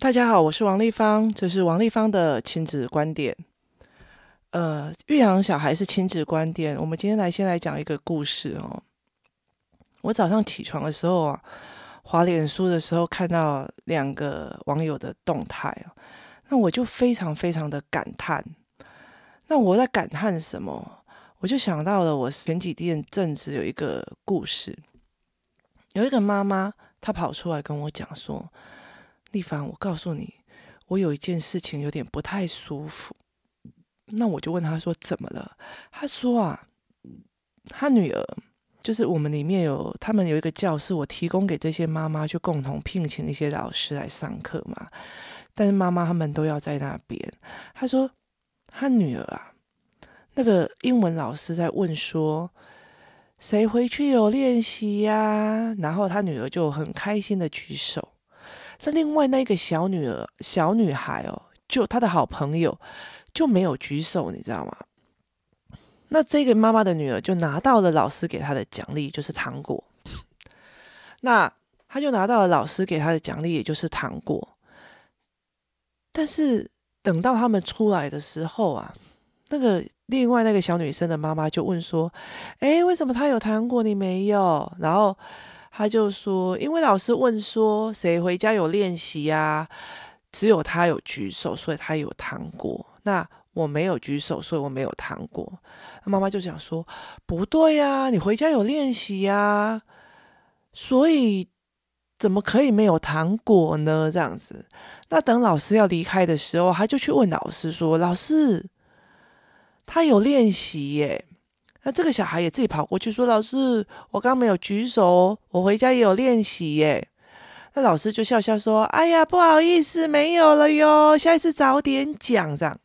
大家好，我是王丽芳，这是王丽芳的亲子观点。育养小孩是亲子观点，我们今天先来讲一个故事哦。我早上起床的时候啊，滑脸书的时候看到两个网友的动态哦，那我就非常非常的感叹。那我在感叹什么？我就想到了我前几天阵子有一个故事，有一个妈妈她跑出来跟我讲说，丽芳，我告诉你，我有一件事情有点不太舒服。那我就问她说怎么了？她说啊，她女儿就是我们里面他们有一个教室，我提供给这些妈妈去共同聘请一些老师来上课嘛，但是妈妈他们都要在那边。她说她女儿啊，那个英文老师在问说谁回去有练习呀？然后她女儿就很开心的举手。那另外那个小女孩哦，就她的好朋友就没有举手，你知道吗？那这个妈妈的女儿就拿到了老师给她的奖励，就是糖果。那她就拿到了老师给她的奖励，也就是糖果。但是等到他们出来的时候啊，另外那个小女生的妈妈就问说：为什么她有糖果你没有？然后她就说：因为老师问说谁回家有练习啊，只有她有举手，所以她有糖果。那我没有举手，所以我没有糖果。妈妈就讲说：不对呀，你回家有练习呀，所以怎么可以没有糖果呢？这样子。那等老师要离开的时候，他就去问老师说：老师，他有练习耶。那这个小孩也自己跑过去说：老师，我刚没有举手，我回家也有练习耶。那老师就笑笑说：哎呀，不好意思，没有了哟，下一次早点讲。这样，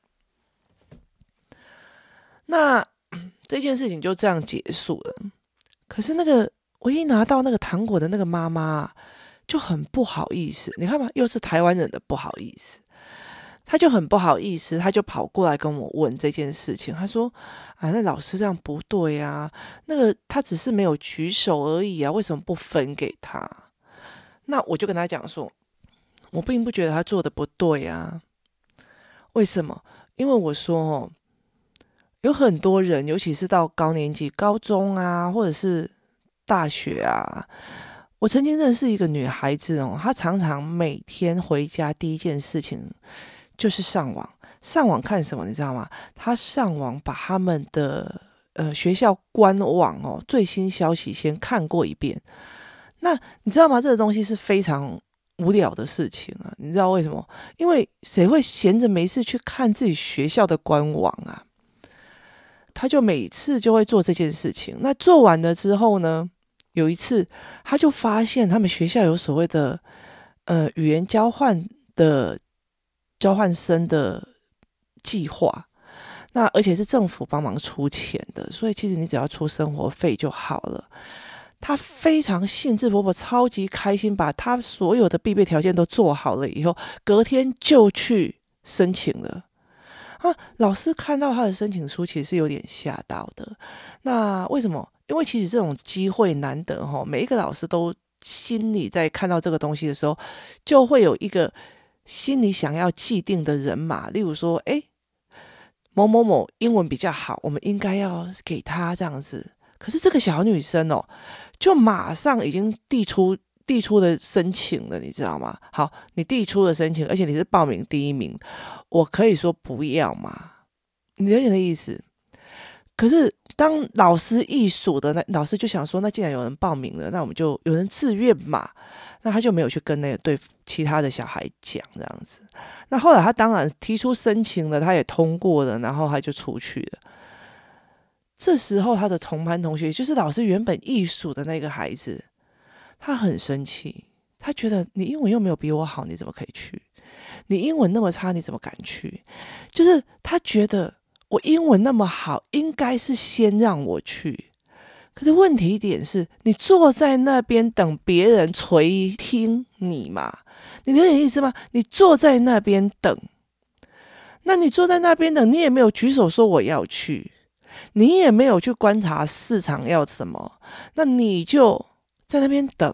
那这件事情就这样结束了。可是我一拿到那个糖果的那个妈妈就很不好意思，你看嘛，又是台湾人的不好意思，他就很不好意思，他就跑过来跟我问这件事情。他说：啊，那老师这样不对啊，他只是没有举手而已啊，为什么不分给他？那我就跟他讲说，我并不觉得他做的不对啊。为什么？因为我说哦，有很多人，尤其是到高年级、高中啊，或者是大学啊，我曾经认识一个女孩子哦，她常常每天回家第一件事情就是上网。上网看什么？你知道吗？她上网把他们的学校官网哦最新消息先看过一遍。那你知道吗？这个东西是非常无聊的事情啊！你知道为什么？因为谁会闲着没事去看自己学校的官网啊？他就每次就会做这件事情。那做完了之后呢，有一次他就发现他们学校有所谓的语言交换生的计划，那而且是政府帮忙出钱的，所以其实你只要出生活费就好了。他非常兴致勃勃，超级开心，把他所有的必备条件都做好了以后，隔天就去申请了。老师看到他的申请书，其实是有点吓到的。那为什么？因为其实这种机会难得齁，每一个老师都心里在看到这个东西的时候，就会有一个心里想要既定的人马，例如说，某某某英文比较好，我们应该要给他这样子。可是这个小女生哦，就马上已经递出的申请了，你知道吗？好，你递出了申请，而且你是报名第一名，我可以说不要吗？你了解的意思？可是当老师一数的，那老师就想说，那既然有人报名了，那我们就有人自愿嘛，那他就没有去跟对其他的小孩讲这样子。那后来他当然提出申请了，他也通过了，然后他就出去了。这时候他的同班同学，就是老师原本一数的那个孩子，他很生气，他觉得你英文又没有比我好，你怎么可以去？你英文那么差，你怎么敢去？就是他觉得我英文那么好，应该是先让我去。可是问题点是，你坐在那边等别人垂听你嘛？你了解意思吗？你坐在那边等，那你坐在那边等，你也没有举手说我要去，你也没有去观察市场要什么，那你就在那边等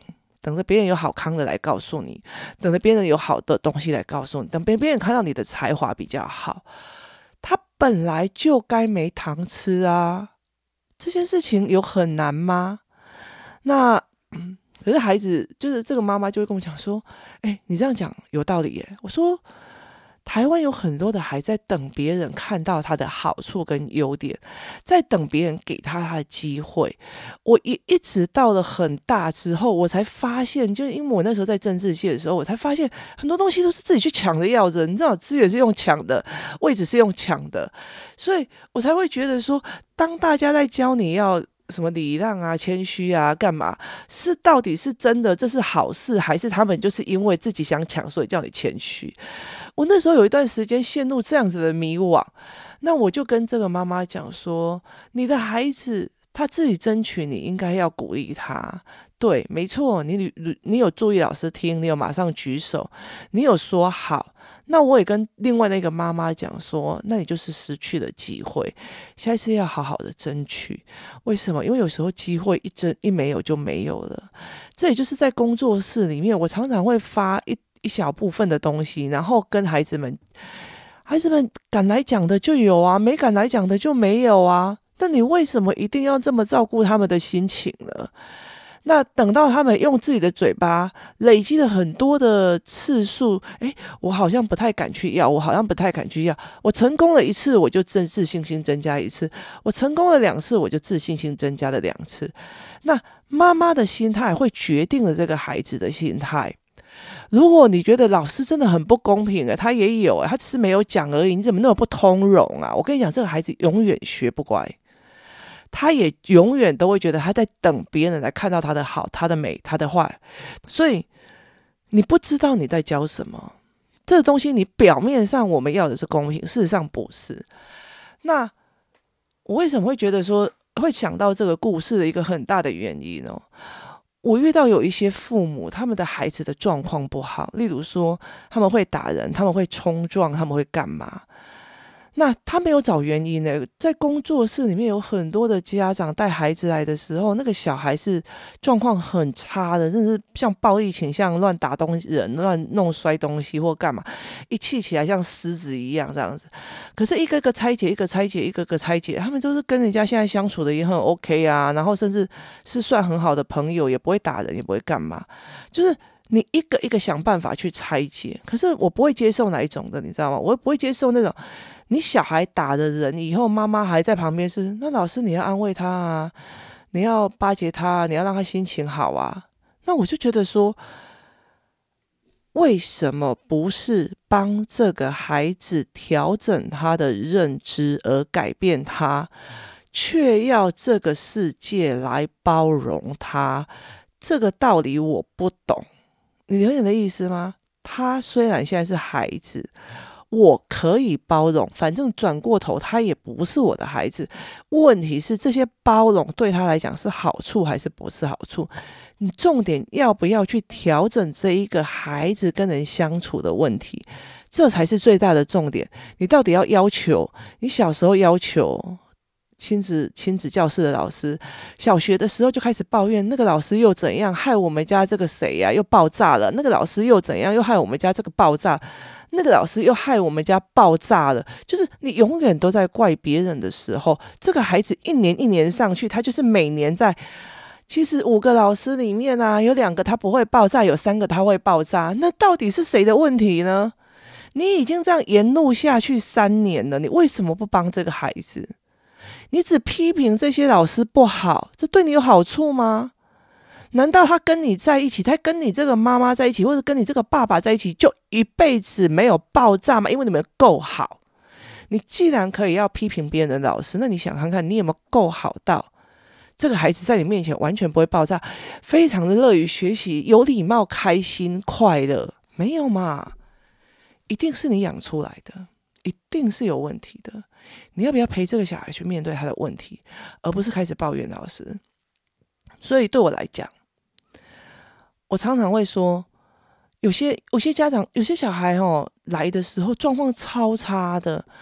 等着别人有好康的来告诉你，等着别人有好的东西来告诉你，等别人看到你的才华比较好，他本来就该没糖吃啊。这件事情有很难吗？那可是孩子就是这个妈妈就会跟我讲说，你这样讲有道理耶。我说台湾有很多的孩子在等别人看到他的好处跟优点，在等别人给他的机会。我一直到了很大之后，我才发现，就因为我那时候在政治系的时候，我才发现很多东西都是自己去抢着要着，你知道资源是用抢的，位置是用抢的，所以我才会觉得说，当大家在教你要什么礼让啊、谦虚啊，干嘛？是到底是真的这是好事，还是他们就是因为自己想抢，所以叫你谦虚？我那时候有一段时间陷入这样子的迷惘，那我就跟这个妈妈讲说，你的孩子他自己争取，你应该要鼓励他。对，没错，你有注意老师听，你有马上举手，你有说好。那我也跟另外那个妈妈讲说，那你就是失去了机会，下一次要好好的争取。为什么？因为有时候机会一没有就没有了。这也就是在工作室里面，我常常会发一小部分的东西，然后跟孩子们敢来讲的就有啊，没敢来讲的就没有啊。那你为什么一定要这么照顾他们的心情呢？那等到他们用自己的嘴巴累积了很多的次数，我好像不太敢去要，我成功了一次，我就自信心增加一次，我成功了2次，我就自信心增加了2次。那妈妈的心态会决定了这个孩子的心态。如果你觉得老师真的很不公平，他也有，他只是没有讲而已，你怎么那么不通融啊？我跟你讲，这个孩子永远学不乖，他也永远都会觉得他在等别人来看到他的好、他的美、他的坏。所以你不知道你在教什么，这个东西你表面上我们要的是公平，事实上不是。那我为什么会觉得说会想到这个故事的一个很大的原因呢？我遇到有一些父母，他们的孩子的状况不好，例如说他们会打人，他们会冲撞，他们会干嘛？那他没有找原因呢，在工作室里面有很多的家长带孩子来的时候，那个小孩是状况很差的，甚至像暴力倾向，乱打人，乱弄摔东西或干嘛，一气起来像狮子一样这样子。可是一个个拆解，一个个拆解，他们都是跟人家现在相处的也很 OK 啊，然后甚至是算很好的朋友，也不会打人，也不会干嘛，就是你一个一个想办法去拆解。可是我不会接受哪一种的，你知道吗？我不会接受那种你小孩打的人以后，妈妈还在旁边是，那老师你要安慰他啊，你要巴结他啊，你要让他心情好啊。那我就觉得说，为什么不是帮这个孩子调整他的认知而改变他，却要这个世界来包容他？这个道理我不懂，你了解的意思吗？他虽然现在是孩子，我可以包容，反正转过头他也不是我的孩子。问题是这些包容对他来讲是好处还是不是好处？你重点要不要去调整这一个孩子跟人相处的问题，这才是最大的重点。你到底要求你小时候要求亲子教室的老师，小学的时候就开始抱怨那个老师又怎样，害我们家这个谁呀又爆炸了，那个老师又怎样，又害我们家这个爆炸，那个老师又害我们家爆炸了。就是你永远都在怪别人的时候，这个孩子一年一年上去，他就是每年在，其实5个老师里面啊，有2个他不会爆炸，有3个他会爆炸，那到底是谁的问题呢？你已经这样沿路下去3年了，你为什么不帮这个孩子？你只批评这些老师不好，这对你有好处吗？难道他跟你在一起，他跟你这个妈妈在一起，或者跟你这个爸爸在一起，就一辈子没有爆炸吗？因为你们够好。你既然可以要批评别人的老师，那你想看看你有没有够好到这个孩子在你面前完全不会爆炸，非常的乐于学习，有礼貌、开心、快乐？没有嘛？一定是你养出来的，一定是有问题的。你要不要陪这个小孩去面对他的问题，而不是开始抱怨老师？所以对我来讲，我常常会说，有些家长，有些小孩来的时候状况超差的，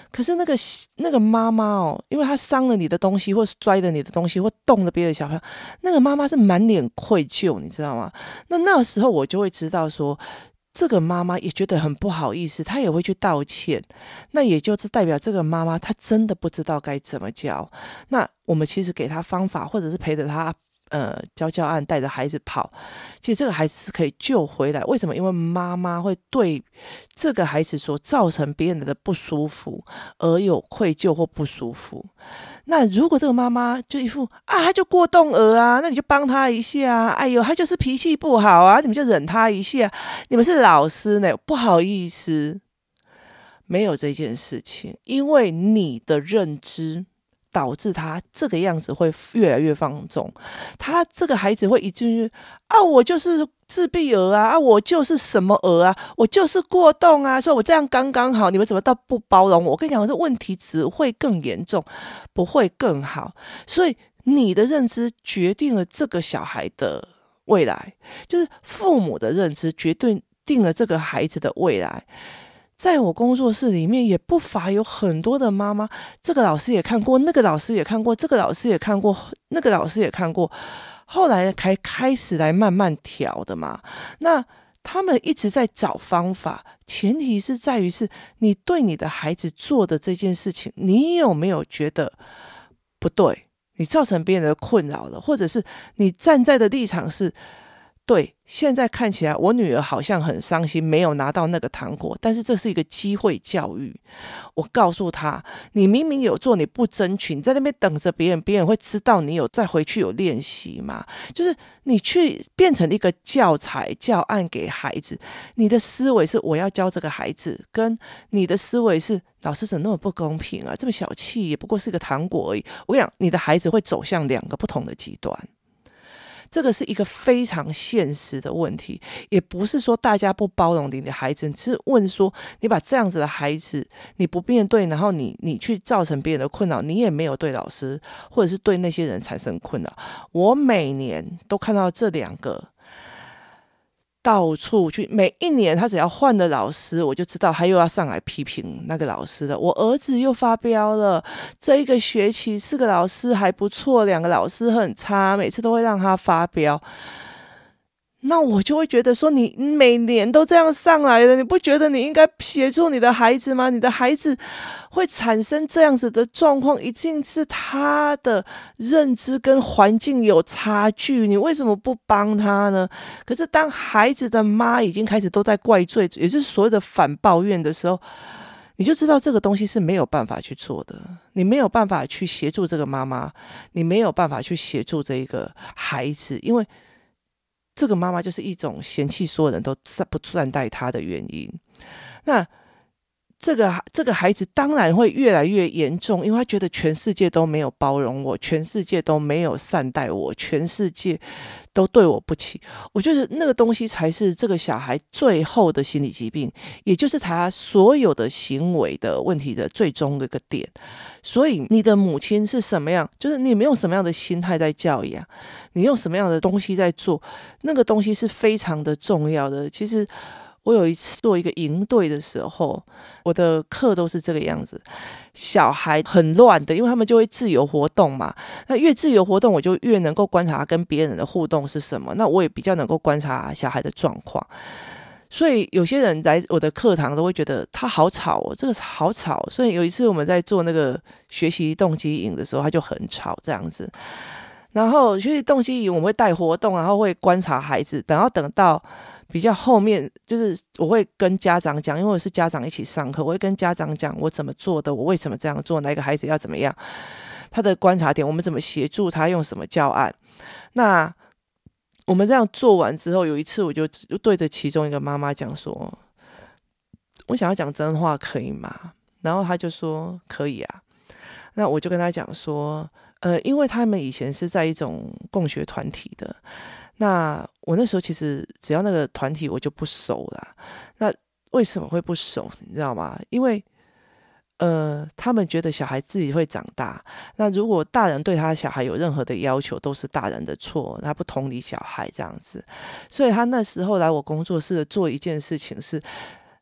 可是那个妈妈哦，因为她伤了你的东西，或摔了你的东西，或动了别的小朋友，那个妈妈是满脸愧疚，你知道吗？那时候我就会知道说，这个妈妈也觉得很不好意思，她也会去道歉。那也就是代表这个妈妈她真的不知道该怎么教。那我们其实给她方法，或者是陪着她教案，带着孩子跑，其实这个孩子是可以救回来。为什么？因为妈妈会对这个孩子所造成别人的不舒服而有愧疚或不舒服。那如果这个妈妈就一副他就过动儿啊，那你就帮他一下啊，哎呦他就是脾气不好啊，你们就忍他一下，你们是老师呢，不好意思，没有这件事情，因为你的认知导致他这个样子会越来越放纵，他这个孩子会一句我就是自闭儿啊，我就是什么儿啊，我就是过动啊，所以我这样刚刚好，你们怎么都不包容我？我跟你讲，这问题只会更严重，不会更好。所以你的认知决定了这个小孩的未来，就是父母的认知决定了这个孩子的未来。在我工作室里面也不乏有很多的妈妈，这个老师也看过，那个老师也看过，这个老师也看过，那个老师也看过，后来开始来慢慢调的嘛。那他们一直在找方法，前提是在于是你对你的孩子做的这件事情，你有没有觉得不对，你造成别人的困扰了，或者是你站在的立场是对，现在看起来我女儿好像很伤心，没有拿到那个糖果，但是这是一个机会教育。我告诉她，你明明有做，你不争取，你在那边等着别人，别人会知道你有再回去有练习吗？就是你去变成一个教材教案给孩子，你的思维是我要教这个孩子，跟你的思维是老师怎么那么不公平啊，这么小气，也不过是个糖果而已。我跟你讲，你的孩子会走向两个不同的极端。这个是一个非常现实的问题，也不是说大家不包容你的孩子，只是问说你把这样子的孩子你不面对，然后你去造成别人的困扰，你也没有对老师或者是对那些人产生困扰。我每年都看到这两个到处去，每一年他只要换了老师，我就知道他又要上来批评那个老师了。我儿子又发飙了，这一个学期4个老师还不错，2个老师很差，每次都会让他发飙。那我就会觉得说，你每年都这样上来了，你不觉得你应该协助你的孩子吗？你的孩子会产生这样子的状况，一定是他的认知跟环境有差距，你为什么不帮他呢？可是当孩子的妈已经开始都在怪罪，也就是所谓的反抱怨的时候，你就知道这个东西是没有办法去做的，你没有办法去协助这个妈妈，你没有办法去协助这个孩子，因为这个妈妈就是一种嫌弃所有人都不善待她的原因。那这个孩子当然会越来越严重，因为他觉得全世界都没有包容我，全世界都没有善待我，全世界都对我不起。我觉得那个东西才是这个小孩最后的心理疾病，也就是他所有的行为的问题的最终的一个点。所以你的母亲是什么样，就是你们用什么样的心态在教养，你用什么样的东西在做，那个东西是非常的重要的。其实我有一次做一个营队的时候，我的课都是这个样子，小孩很乱的，因为他们就会自由活动嘛，那越自由活动我就越能够观察跟别人的互动是什么，那我也比较能够观察小孩的状况。所以有些人来我的课堂都会觉得他好吵哦，这个好吵。所以有一次我们在做那个学习动机营的时候，他就很吵这样子。然后学习动机营我们会带活动，然后会观察孩子，等到比较后面，就是我会跟家长讲，因为我是家长一起上课，我会跟家长讲我怎么做的，我为什么这样做，哪个孩子要怎么样，他的观察点，我们怎么协助他，用什么教案。那我们这样做完之后，有一次我就对着其中一个妈妈讲说，我想要讲真话可以吗？然后他就说可以啊。那我就跟他讲说因为他们以前是在一种共学团体的，那我那时候其实只要那个团体我就不熟啦。那为什么会不熟你知道吗？因为他们觉得小孩自己会长大，那如果大人对他小孩有任何的要求都是大人的错，他不同理小孩这样子。所以他那时候来我工作室做一件事情是，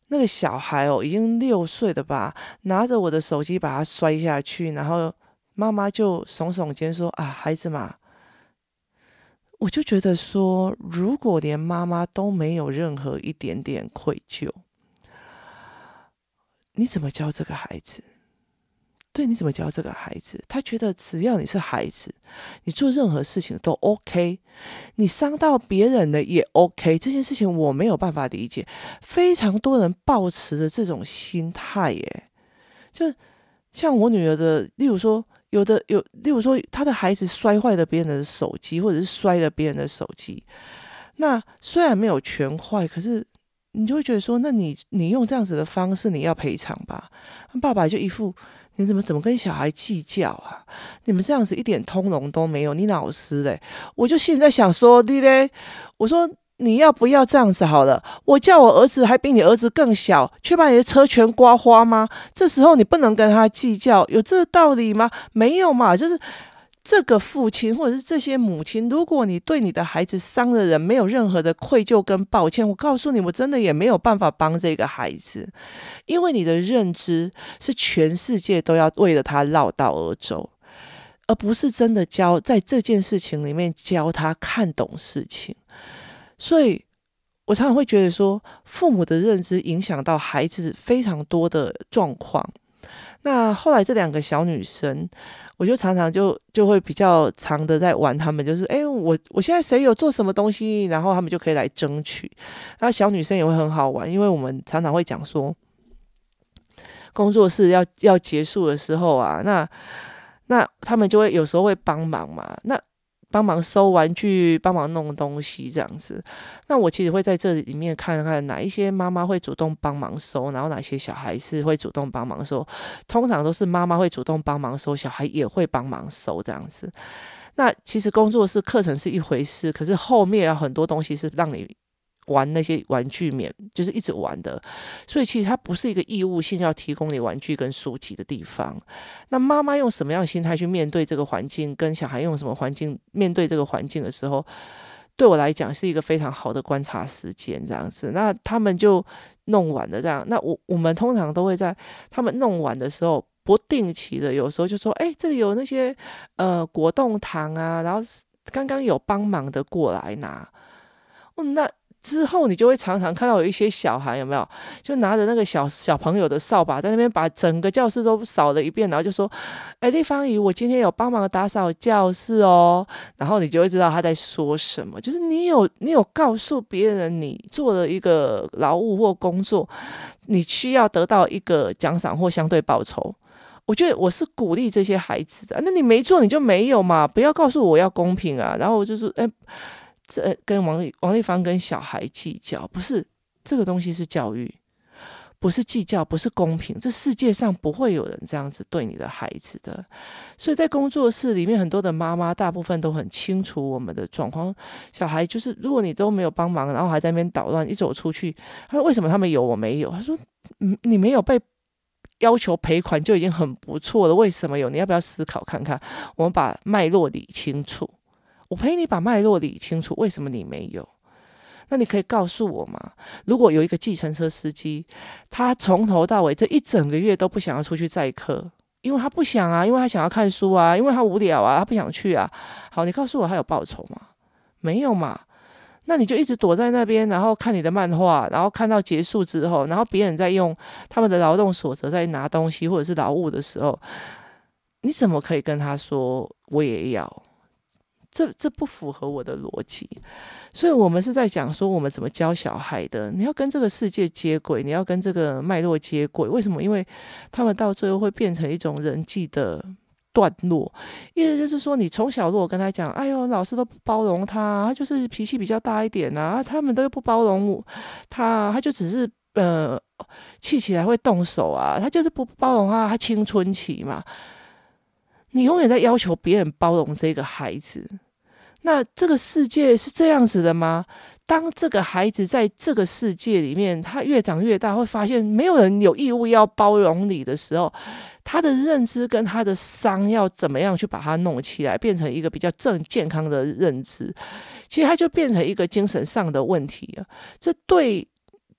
那个小孩已经6岁了吧，拿着我的手机把它摔下去，然后妈妈就耸耸肩说啊，孩子嘛。我就觉得说，如果连妈妈都没有任何一点点愧疚，你怎么教这个孩子？对，你怎么教这个孩子？他觉得只要你是孩子，你做任何事情都 OK， 你伤到别人的也 OK， 这件事情我没有办法理解。非常多人抱持着这种心态耶，就像我女儿的，例如说例如说她的孩子摔坏了别人的手机，或者是摔了别人的手机，那虽然没有全坏，可是你就会觉得说，那你用这样子的方式，你要赔偿吧？爸爸就一副你怎么跟小孩计较啊？你们这样子一点通融都没有，你老师嘞？我就现在想说，你嘞？我说你要不要这样子好了？我叫我儿子还比你儿子更小，却把你的车全刮花吗？这时候你不能跟他计较，有这个道理吗？没有嘛，就是这个父亲或者是这些母亲，如果你对你的孩子伤的人没有任何的愧疚跟抱歉，我告诉你，我真的也没有办法帮这个孩子，因为你的认知是全世界都要为了他绕道而走，而不是真的在这件事情里面教他看懂事情。所以我常常会觉得说，父母的认知影响到孩子非常多的状况。那后来这2个小女生，我就常常就会比较常的在玩他们，就是我现在谁有做什么东西，然后他们就可以来争取。那小女生也会很好玩，因为我们常常会讲说，工作室要结束的时候啊，那他们就会有时候会帮忙嘛，那帮忙收玩具，帮忙弄东西这样子。那我其实会在这里面看看哪一些妈妈会主动帮忙收，然后哪些小孩是会主动帮忙收。通常都是妈妈会主动帮忙收，小孩也会帮忙收这样子。那其实工作室课程是一回事，可是后面有很多东西是让你玩那些玩具就是一直玩的，所以其实它不是一个义务性要提供你玩具跟书籍的地方。那妈妈用什么样的心态去面对这个环境，跟小孩用什么环境面对这个环境的时候，对我来讲是一个非常好的观察时间这样子。那他们就弄完了这样，那我们通常都会在他们弄完的时候，不定期的有时候就说，这里有那些果冻糖啊，然后刚刚有帮忙的过来拿。那之后你就会常常看到有一些小孩有没有就拿着那个小朋友的扫把在那边把整个教室都扫了一遍，然后就说丽芳姨，我今天有帮忙打扫教室哦。然后你就会知道他在说什么，就是你有告诉别人你做了一个劳务或工作，你需要得到一个奖赏或相对报酬。我觉得我是鼓励这些孩子的，那你没做你就没有嘛，不要告诉我要公平啊。然后就是这跟王丽芳跟小孩计较，不是，这个东西是教育，不是计较，不是公平。这世界上不会有人这样子对你的孩子的。所以在工作室里面，很多的妈妈大部分都很清楚我们的状况。小孩就是，如果你都没有帮忙，然后还在那边捣乱，一走出去，他说为什么他们有我没有？他说你没有被要求赔款就已经很不错了，为什么有？你要不要思考看看？我们把脉络理清楚。我陪你把脉络理清楚，为什么你没有？那你可以告诉我吗？如果有一个计程车司机，他从头到尾这一整个月都不想要出去载客，因为他不想啊，因为他想要看书啊，因为他无聊啊，他不想去啊。好，你告诉我他有报酬吗？没有嘛？那你就一直躲在那边，然后看你的漫画，然后看到结束之后，然后别人在用他们的劳动所得在拿东西或者是劳务的时候，你怎么可以跟他说我也要？这不符合我的逻辑。所以我们是在讲说我们怎么教小孩的，你要跟这个世界接轨，你要跟这个脉络接轨。为什么？因为他们到最后会变成一种人际的段落，意思就是说，你从小如果跟他讲，哎呦，老师都不包容他，他就是脾气比较大一点啊，他们都不包容他，他就只是气起来会动手啊，他就是不包容他青春期嘛。你永远在要求别人包容这个孩子，那这个世界是这样子的吗？当这个孩子在这个世界里面，他越长越大，会发现没有人有义务要包容你的时候，他的认知跟他的伤要怎么样去把它弄起来，变成一个比较健康的认知，其实他就变成一个精神上的问题了。这对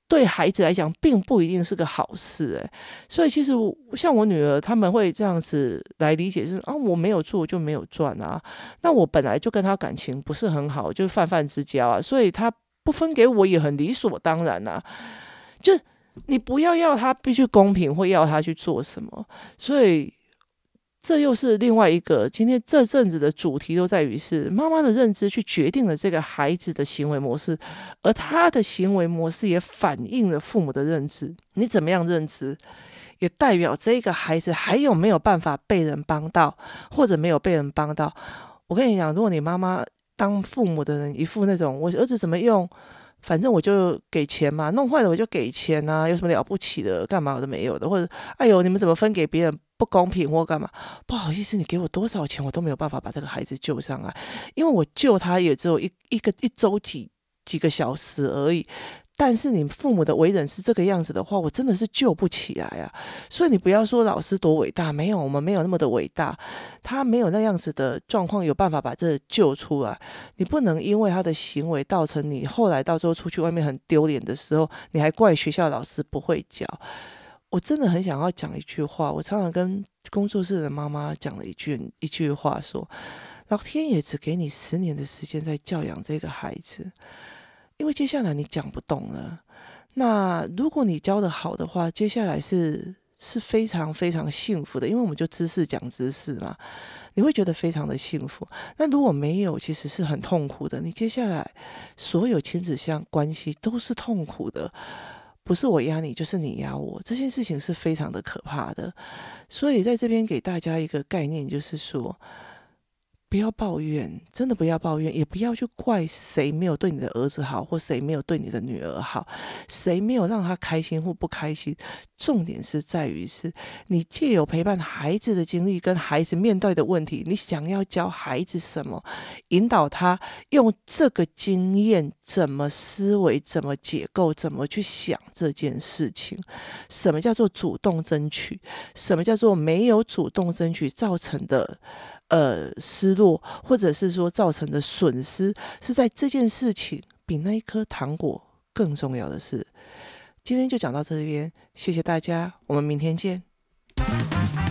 对孩子来讲并不一定是个好事所以其实像我女儿他们会这样子来理解，就是我没有做就没有赚啊，那我本来就跟他感情不是很好，就是泛泛之交啊，所以他不分给我也很理所当然啊，就你不要他必须公平，或要他去做什么，所以这又是另外一个今天这阵子的主题，都在于是妈妈的认知去决定了这个孩子的行为模式，而他的行为模式也反映了父母的认知。你怎么样认知，也代表这个孩子还有没有办法被人帮到，或者没有被人帮到。我跟你讲，如果你妈妈当父母的人一副那种我儿子怎么用，反正我就给钱嘛，弄坏了我就给钱啊，有什么了不起的，干嘛都没有的，或者哎呦你们怎么分给别人不公平或干嘛，不好意思，你给我多少钱我都没有办法把这个孩子救上来，因为我救他也只有一周几个小时而已，但是你父母的为人是这个样子的话，我真的是救不起来啊。所以你不要说老师多伟大，没有，我们没有那么的伟大，他没有那样子的状况有办法把这救出来。你不能因为他的行为造成你后来到时候出去外面很丢脸的时候，你还怪学校老师不会教。我真的很想要讲一句话，我常常跟工作室的妈妈讲了一句话说，老天爷只给你10年的时间在教养这个孩子，因为接下来你讲不动了。那如果你教得好的话，接下来是非常非常幸福的，因为我们就知识讲知识嘛，你会觉得非常的幸福。那如果没有，其实是很痛苦的，你接下来所有亲子相关系都是痛苦的，不是我压你就是你压我，这件事情是非常的可怕的。所以在这边给大家一个概念，就是说不要抱怨，真的不要抱怨，也不要去怪谁没有对你的儿子好，或谁没有对你的女儿好，谁没有让他开心或不开心。重点是在于是你借由陪伴孩子的经历跟孩子面对的问题，你想要教孩子什么，引导他用这个经验怎么思维，怎么解构，怎么去想这件事情。什么叫做主动争取，什么叫做没有主动争取造成的失落，或者是说造成的损失，是在这件事情比那一颗糖果更重要的事。今天就讲到这边，谢谢大家，我们明天见。